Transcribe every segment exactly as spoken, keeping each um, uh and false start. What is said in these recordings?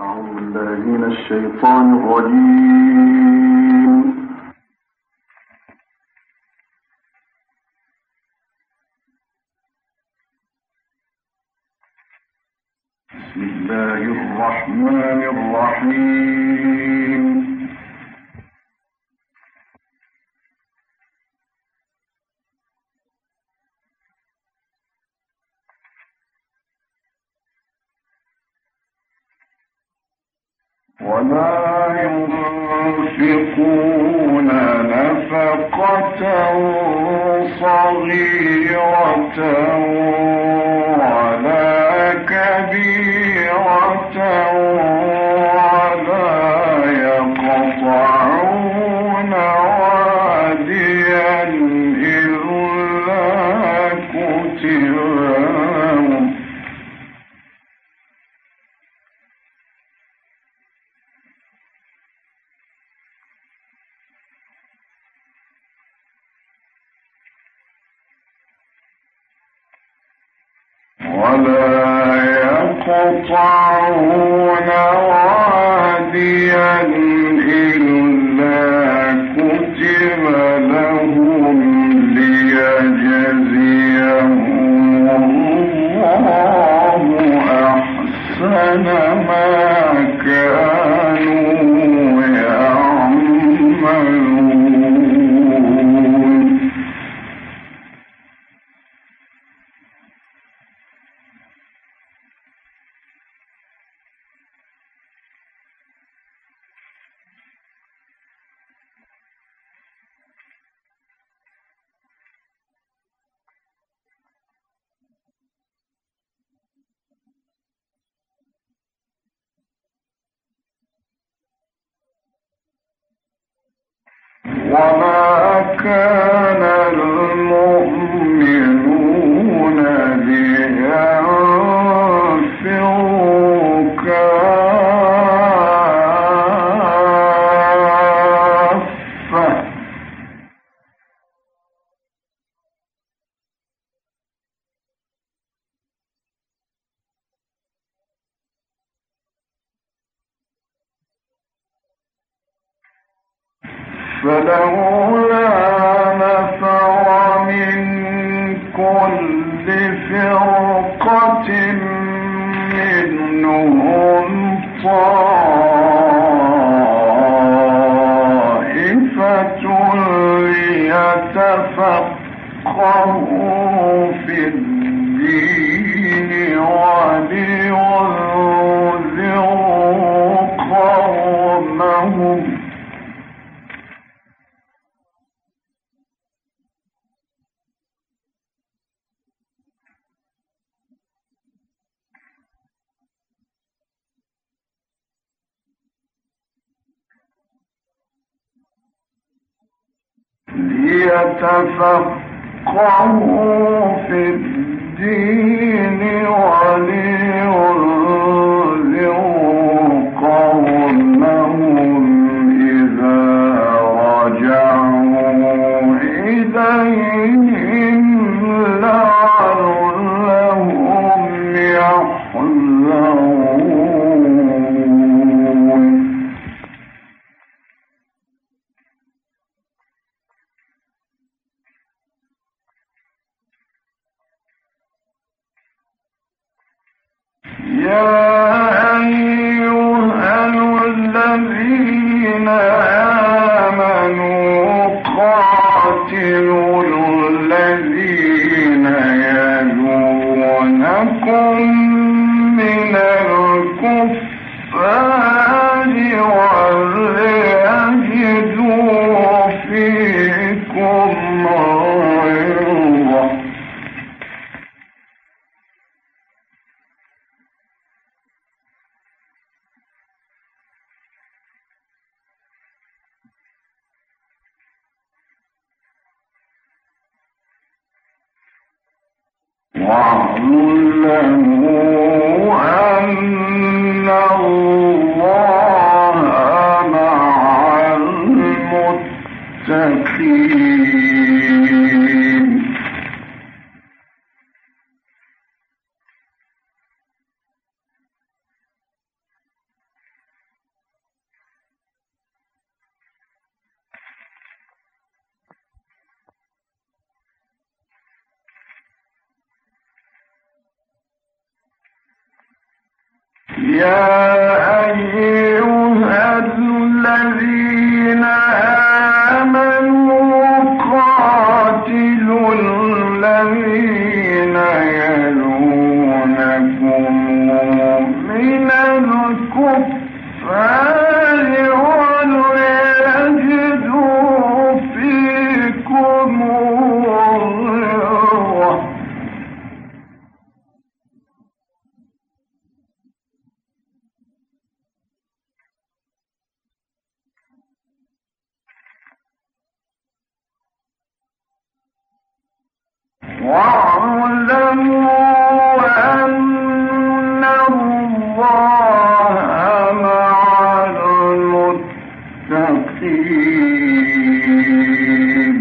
أعوذ بالله من الشيطان الرجيم. بسم الله الرحمن الرحيم. ولا ينفقون نفقة صغيرة ولا كبيرة ولا يقطعون واديا إلا كتب لهم ولا يقطعون واديا إلا كتب لهم ليجزيهم الله أحسن ما كانوا يعملون. وما كان المؤمنون لينفروا كافة فلولا نفر من كل فرقة منهم طائفة ليتفقهوا في الدين ولينذروا قومهم ليتفقهوا في الدين ولينذروا قومهم إذا رجعوا إليهم لعلهم يحذرون. يا أيها الذين آمنوا قاتلوا الذين يلونكم من الكفار وليجدوا فيكم غلظة واعلموا أن الله مع المتقين. يا أيها الذين آمنوا قاتلوا الذين يلونكم من الكفار وليجدوا فيكم غلظة. واعلموا أن الله مع المتقين.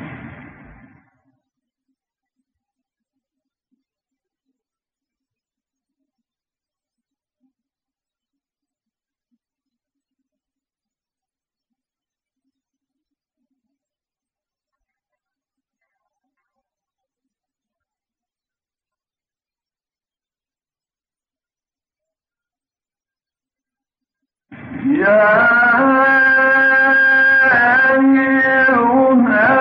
يا أيها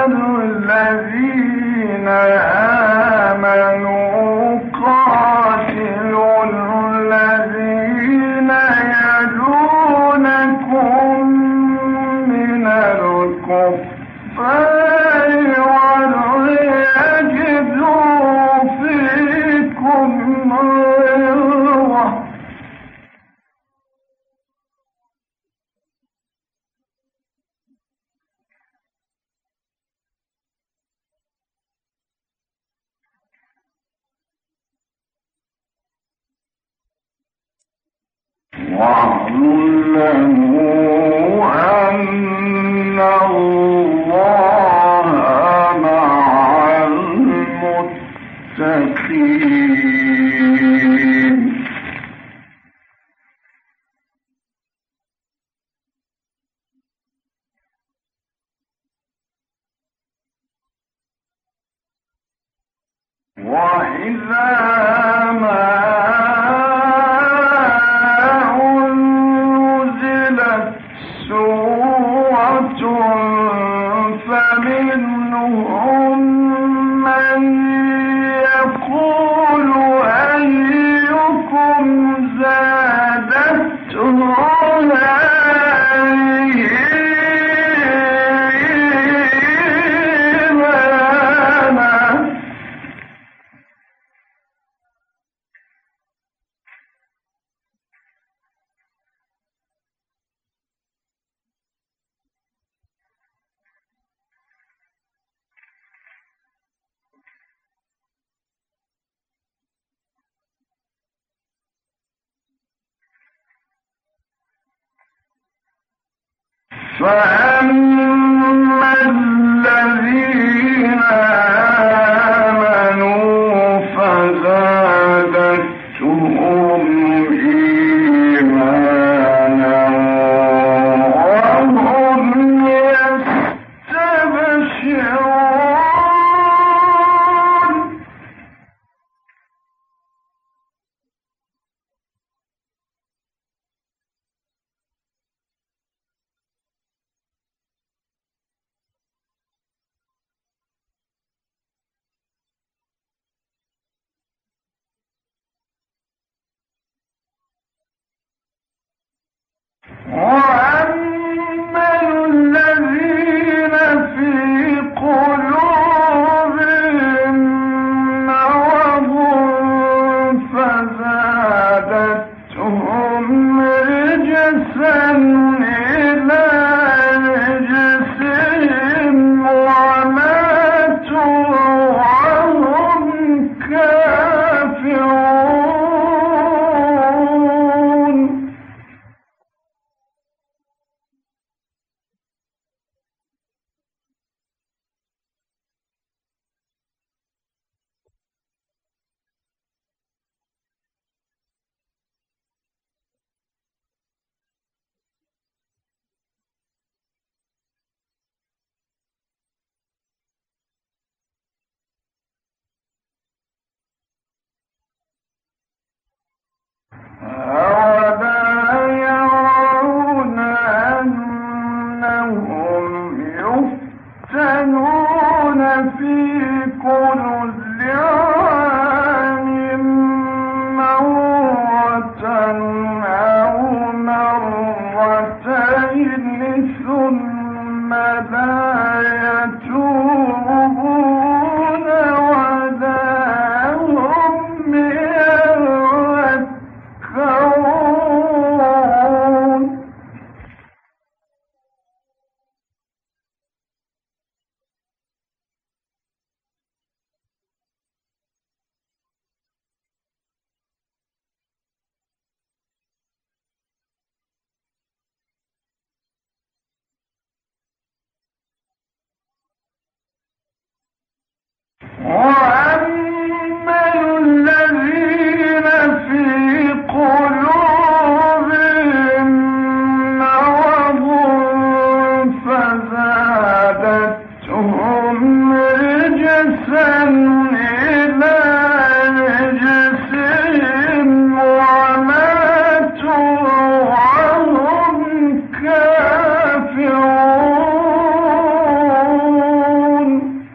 الذين آمنوا قاتلوا الذين يلونكم من الكفار وليجدوا فيكم غلظة. واعلموا أن الله مع المتقين. وإذا ما فمنهم من يقول أيكم زادته هذه إيمانا. فأما الذين آمنوا فزادتهم إيمانا وهم يستبشرون. وأما الذين في قلوبهم مرض فزادتهم رجسا إلى رجسهم وماتوا وهم كافرون. أو مرتين ثم لا يتوبون ولا هم يذكرون. وأما الذين في قلوبهم مرض فزادتهم رجسا إلى رجسهم وماتوا وهم كافرون.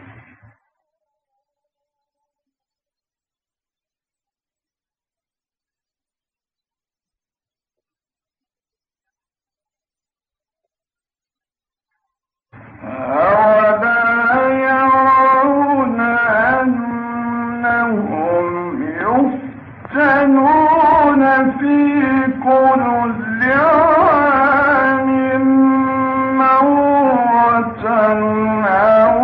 أولا يرون أنهم يفتنون في كل عام مرة أو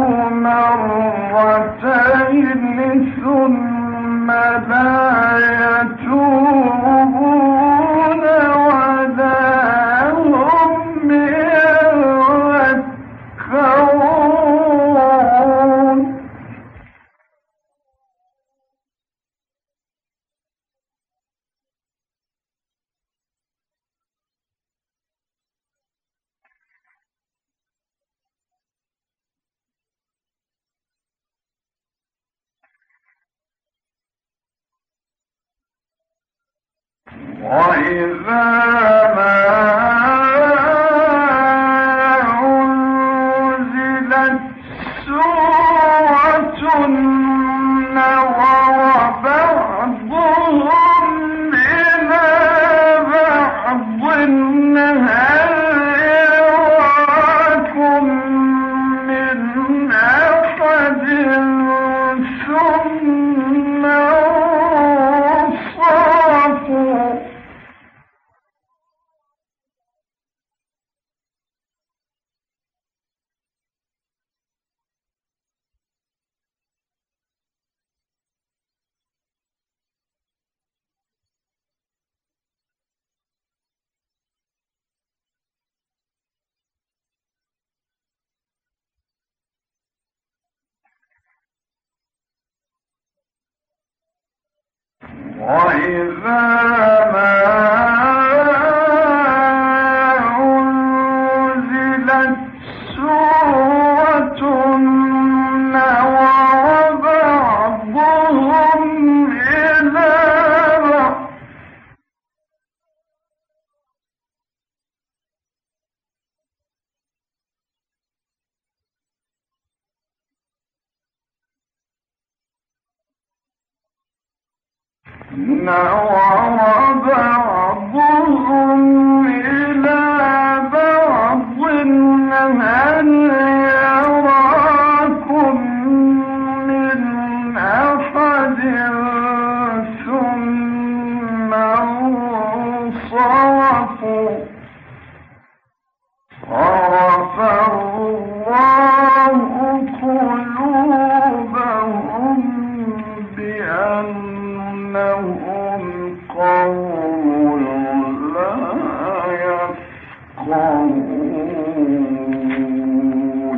مرتين ثم لا يتوبون ولا هم يذكرون. وإذا ما أنزلت سورة نظر بعضهم إلى بعض هل يراكم من أحد ثم انصرفوا. وإذا ما أنزلت سورة نظر بعضهم إلى بعض نظر بعضهم إلى بعض هل يراكم من أحد ثم انصرفوا. صرف الله قلوبهم بأنهم قوم لا يفقهون.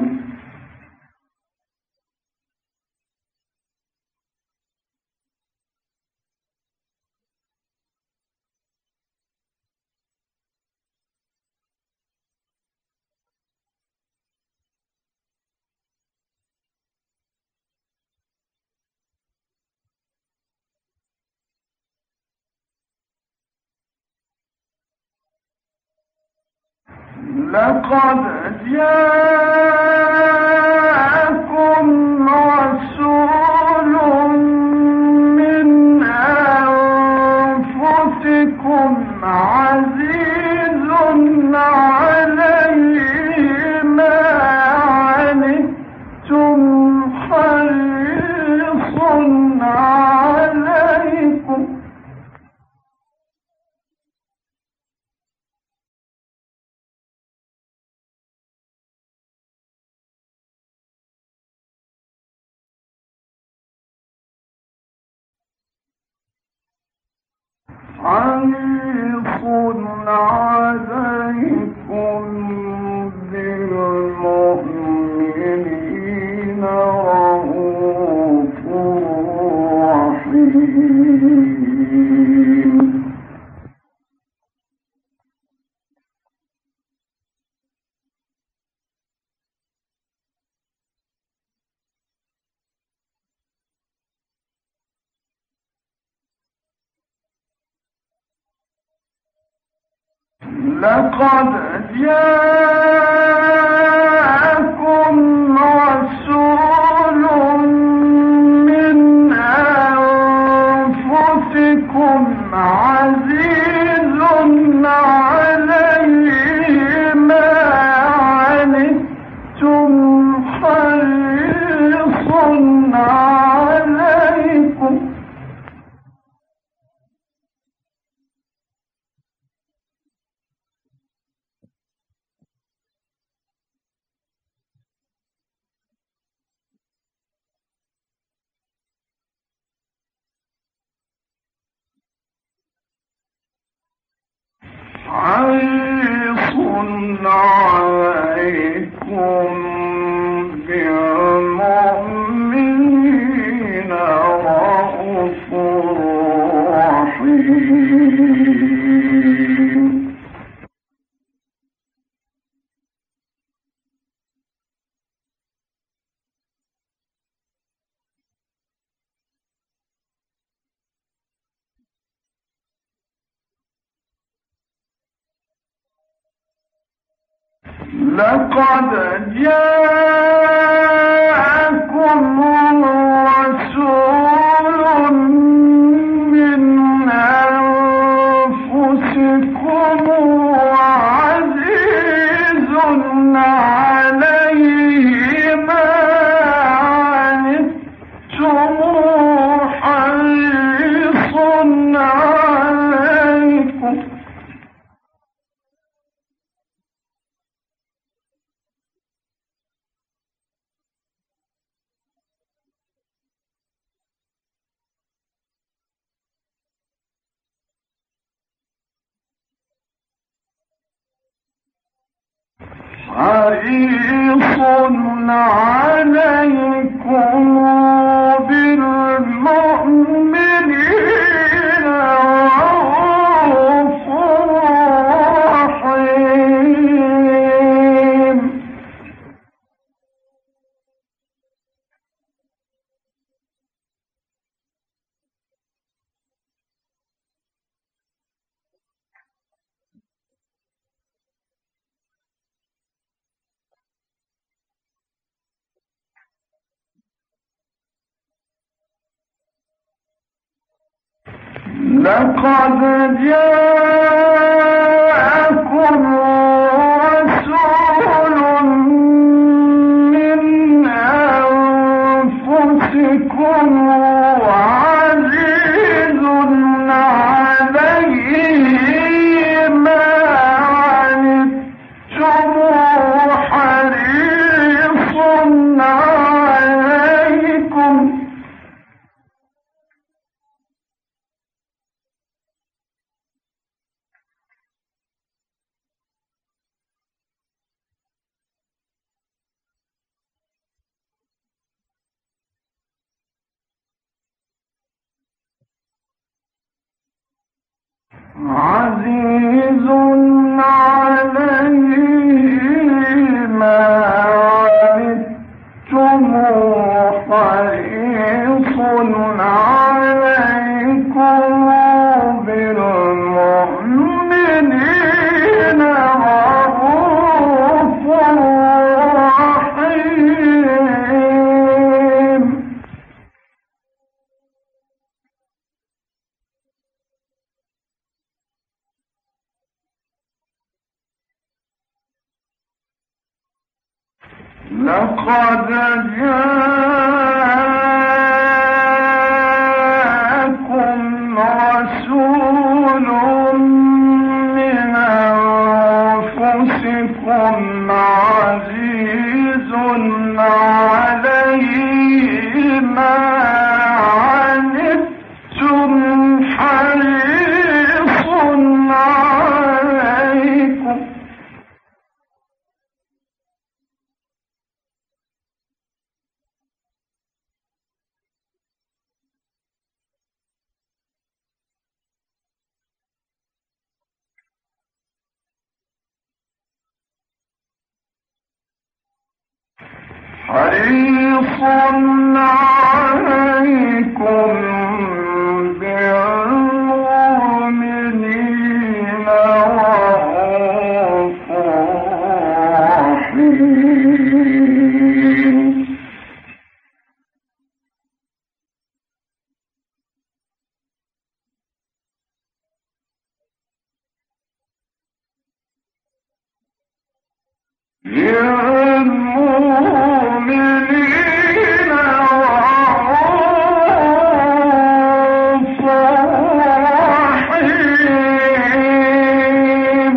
لقد جاءكم رسول من أنفسكم عزيز عليه ما عنتم حريص عليكم حريص عليكم بالمؤمنين رءوف رحيم لقد جاءكم رسول من أنفسكم عزيز عليه ما عنتم حريص عليكم حريص عليكم بالمؤمنين رءوف رحيم لقد جاءكم رسول من أنفسكم عزيز عليه ما عنتم حريص عليكم حريص عليكم بالمؤمنين رءوف رحيم لقد جاءكم رسول من أنفسكم عزيز عليه ما عنتم حريص عليكم عزيز عليه ما عنتم حريص عليكم بالمؤمنين رءوف رحيم لقد جاءكم رسول من أنفسكم عزيز عليه ما عنتم حريص عليكم حريص عليكم بالمؤمنين رءوف رحيم للمؤمنين رءوف رحيم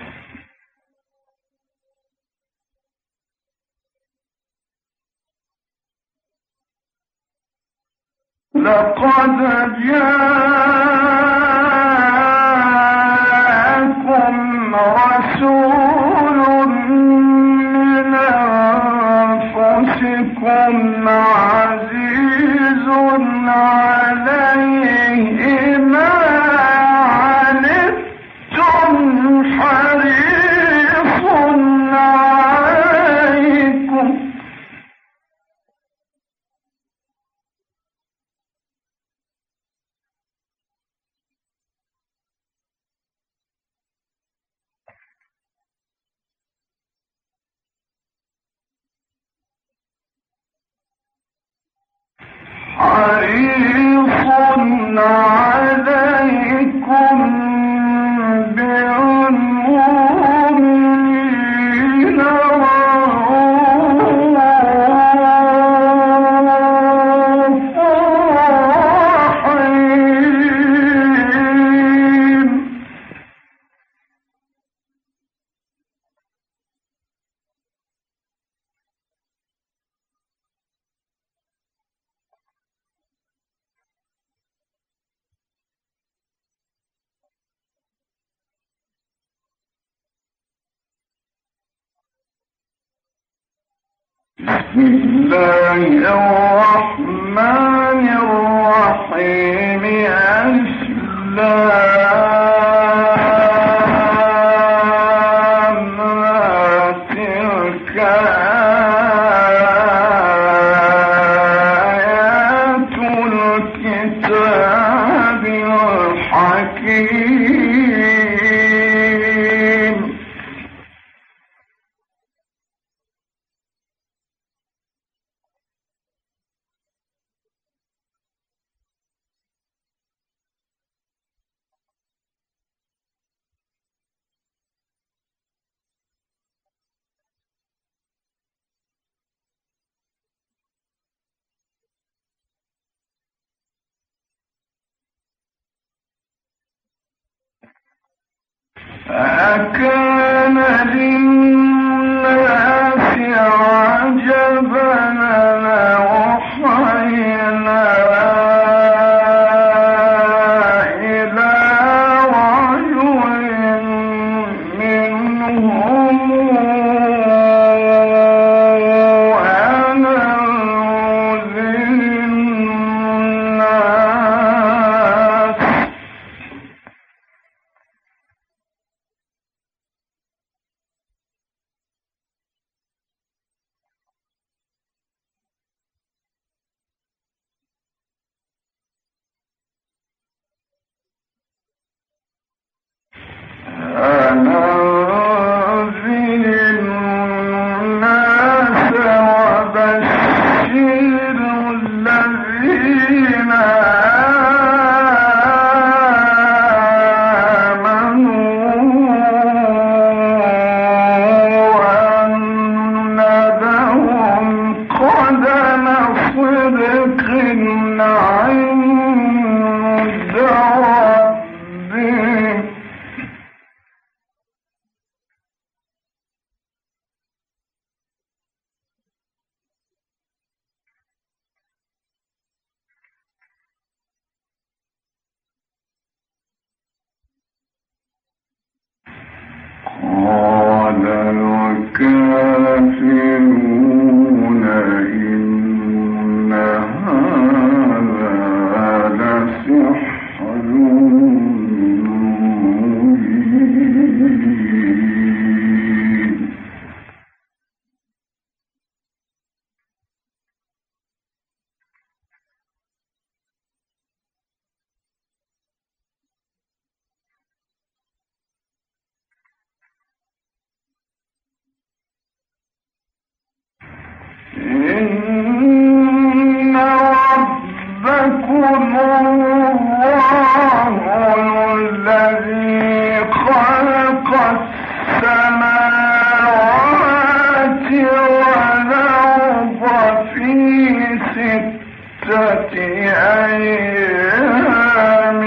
لقد جاءكم رسول من أنفسكم عزيز عليه ما عنتم حريص عليكم حريص عليكم بالمؤمنين رءوف رحيم بسم الله الرحمن الرحيم ألف لام تلك آيات الكتاب الحكيم أكان للناس عجبا أوحينا إلى رجل منهم أن أنذر الناس الذي خلق السماوات والأرض في ستة أيام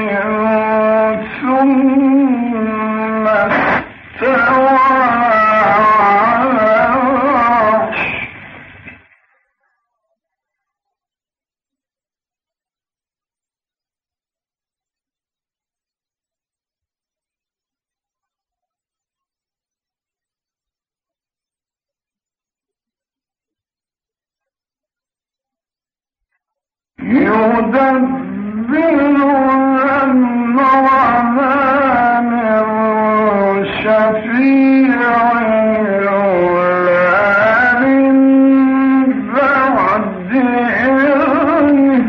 ثم استوى على العرش. يدبر الأمر ما من شفيع ولا من بعد إذنه.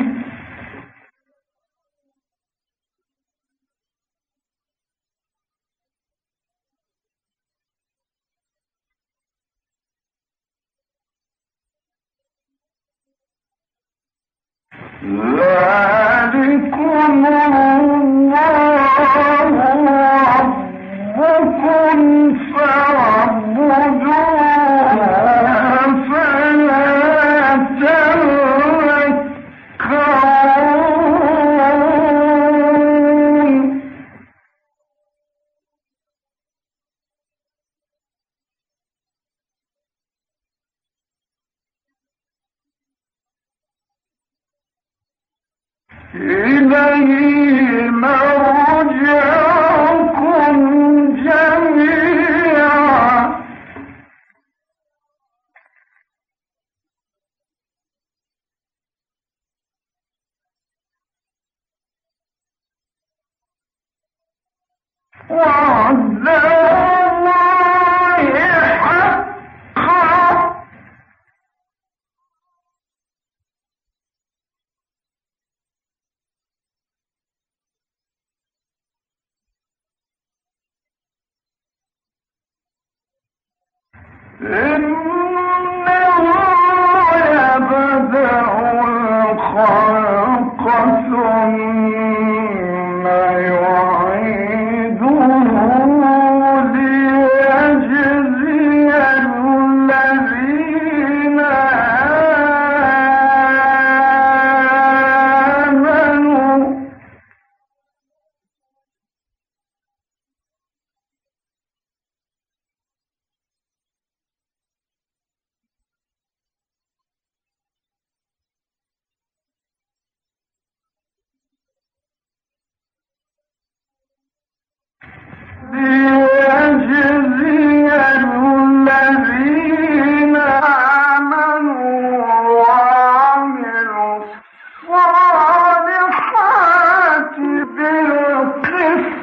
ذلكم الله ربكم فاعبدوه فلا تذكرون. إليه مرجعكم جميعا وعد الله حقا. إنه يبدأ الخلق ثم يعيده ليجزي الذين آمنوا ليجزي الذين آمنوا وعملوا الصالحات بالقسط.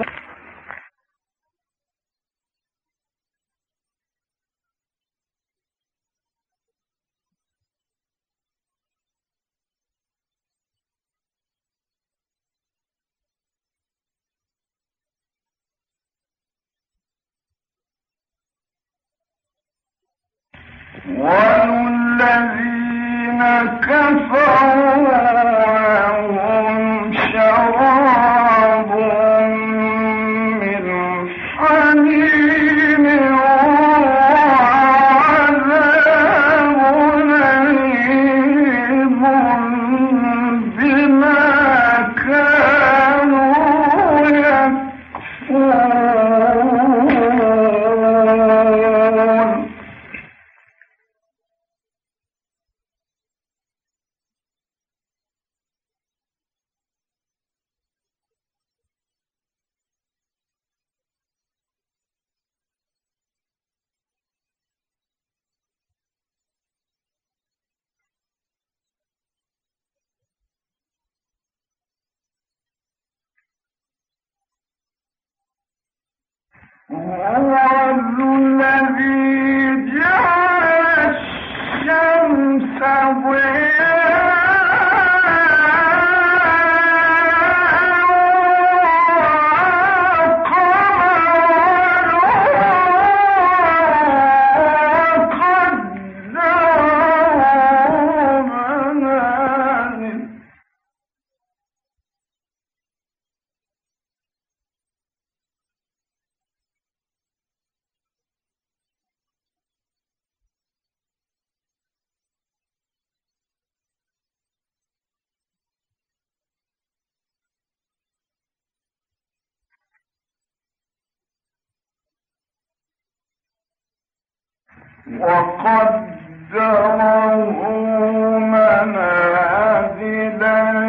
والذين كفروا لهم شراب من حميم وعذاب أليم بما كانوا يكفرون. هو الذي جعل الشمس وقدره منازل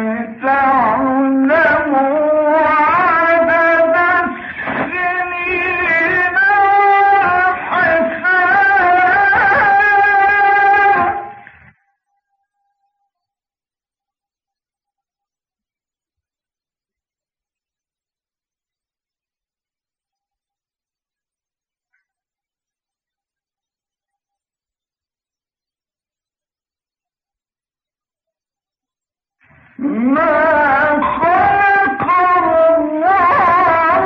لتعلموا عدد السنين والحساب. ما خلق الله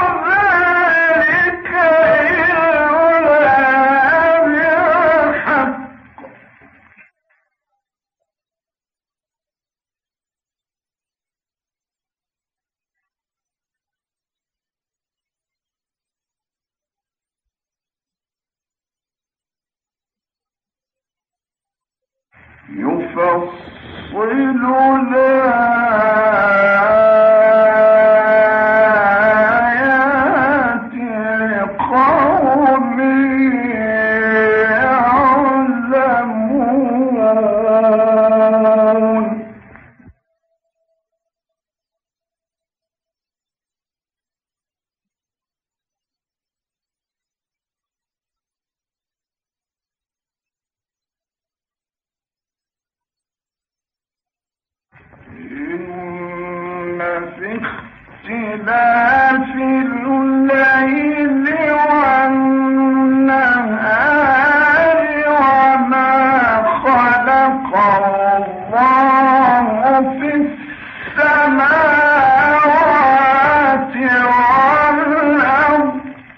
ذلك إلا بالحق. يفصل الآيات لقوم يعلمون. إن في اختلاف الليل والنهار وما خلق الله في السماوات والأرض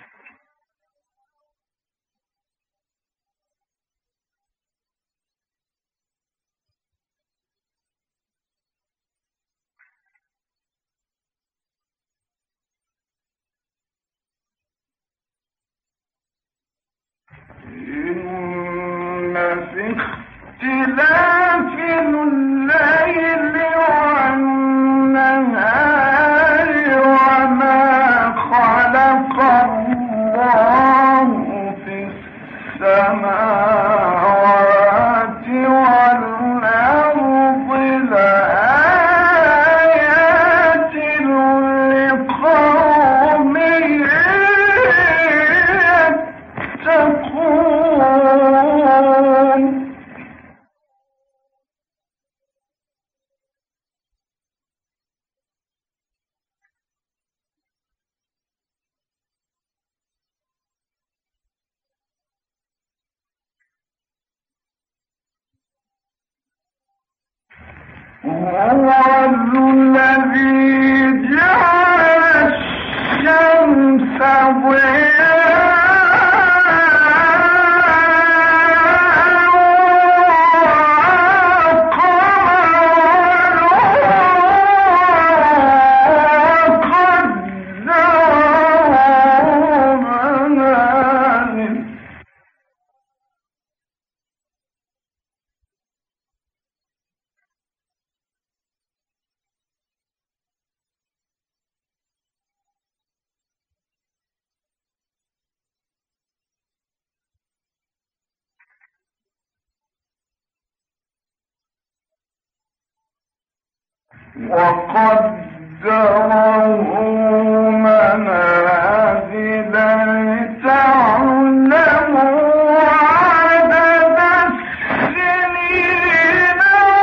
إن في اختلاف الليل والنهار وما خلق الله في السماوات والأرض لآيات لقوم يتقون. هو الذي جعل الشمس وقدره منازل لتعلموا عدد السنين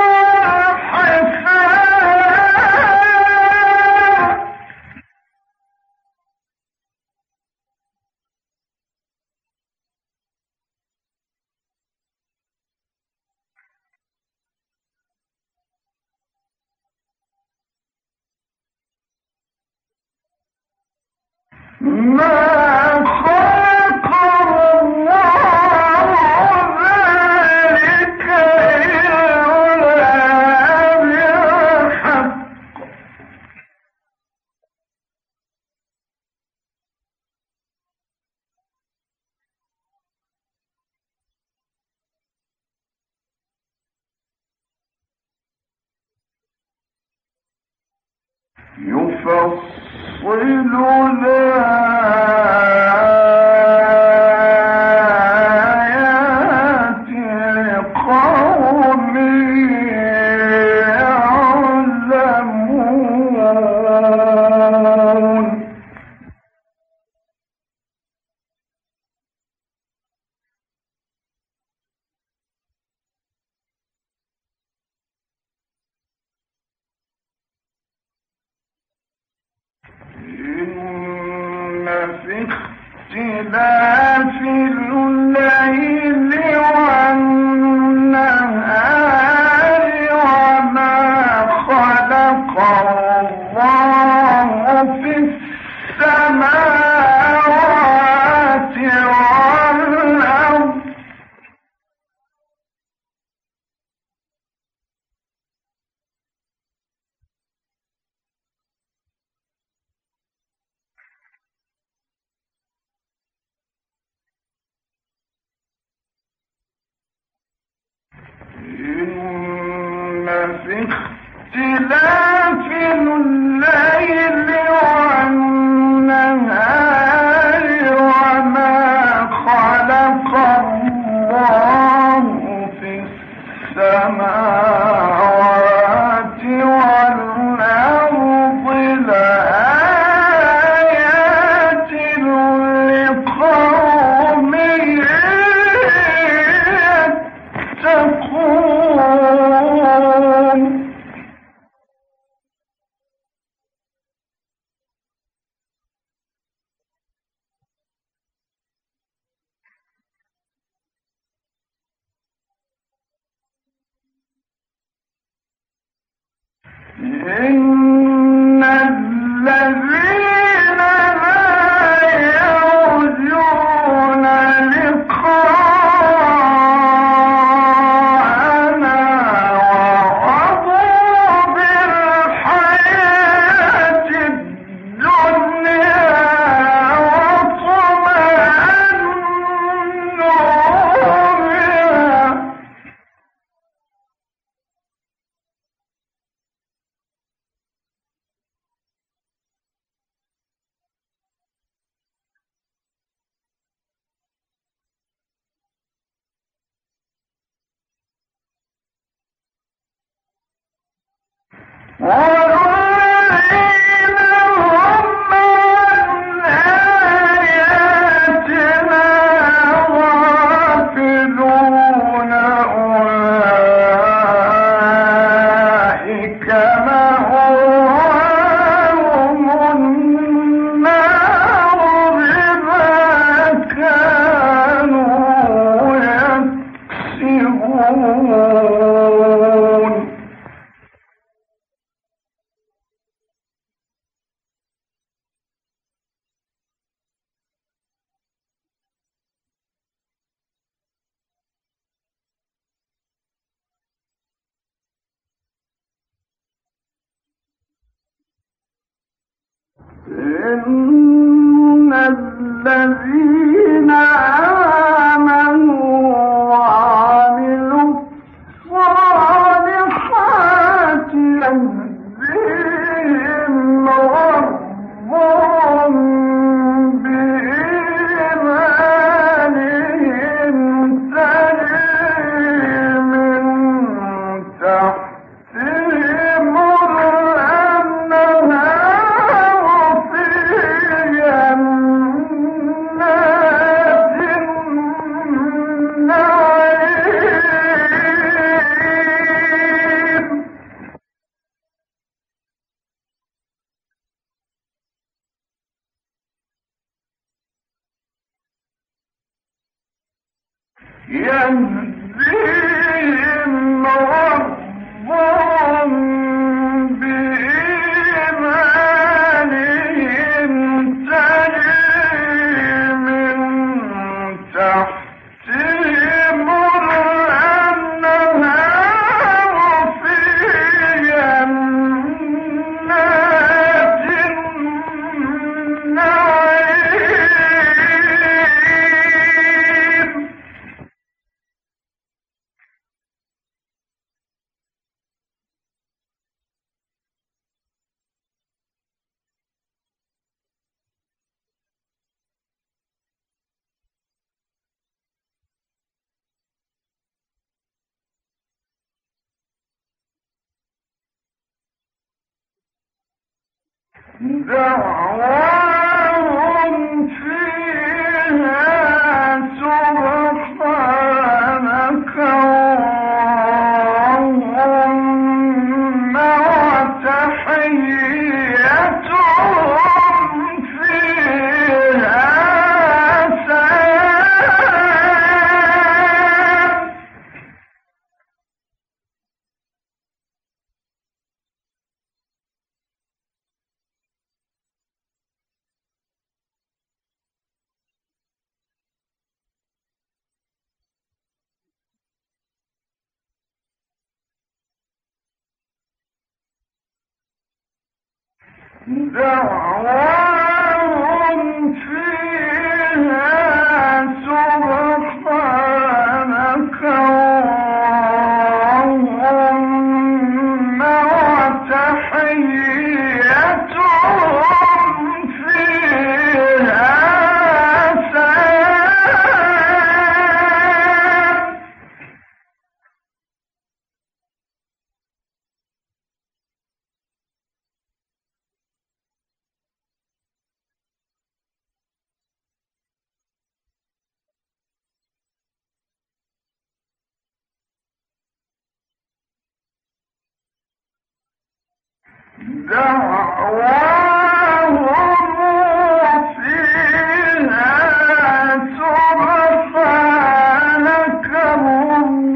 والحساب. ما خلق الله ذلك إلا بالحق. يفصل الآيات اختلاف الليل والنهار وما خلق الله في السماوات والأرض إن في اختلاف الليل والنهار وما خلق الله في السماوات والأرض لآيات لقوم يتقون إن الذين لا يرجون لقاءنا ورضوا بالحياة الدنيا واطمأنوا بها والذين هم عن آياتنا غافلون أولئك مأواهم النار بما كانوا يكسبون إن الذين آمنوا وعملوا الصالحات يهديهم ربهم بإيمانهم تجري من تحتهم الأنهار في جنات النعيم يهديهم ربهم بإيمانهم تجري من تحتهم الأنهار في جنات النعيم دعواهم فيها سبحانك اللهم وتحيتهم فيها دعواهم فيها سبحانك اللهم وتحيتهم فيها سلام. دعواهم فيها سبحانك اللهم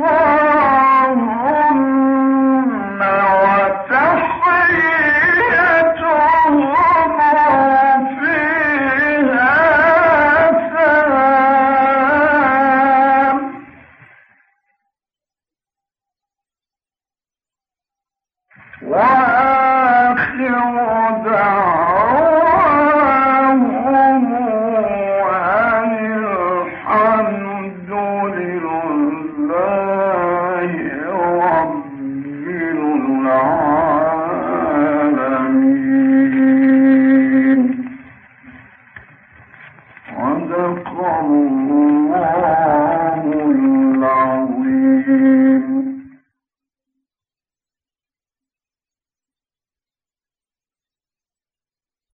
وتحيتهم فيها سلام. وآخر دعواهم أن الحمد لله رب العالمين. صدق الله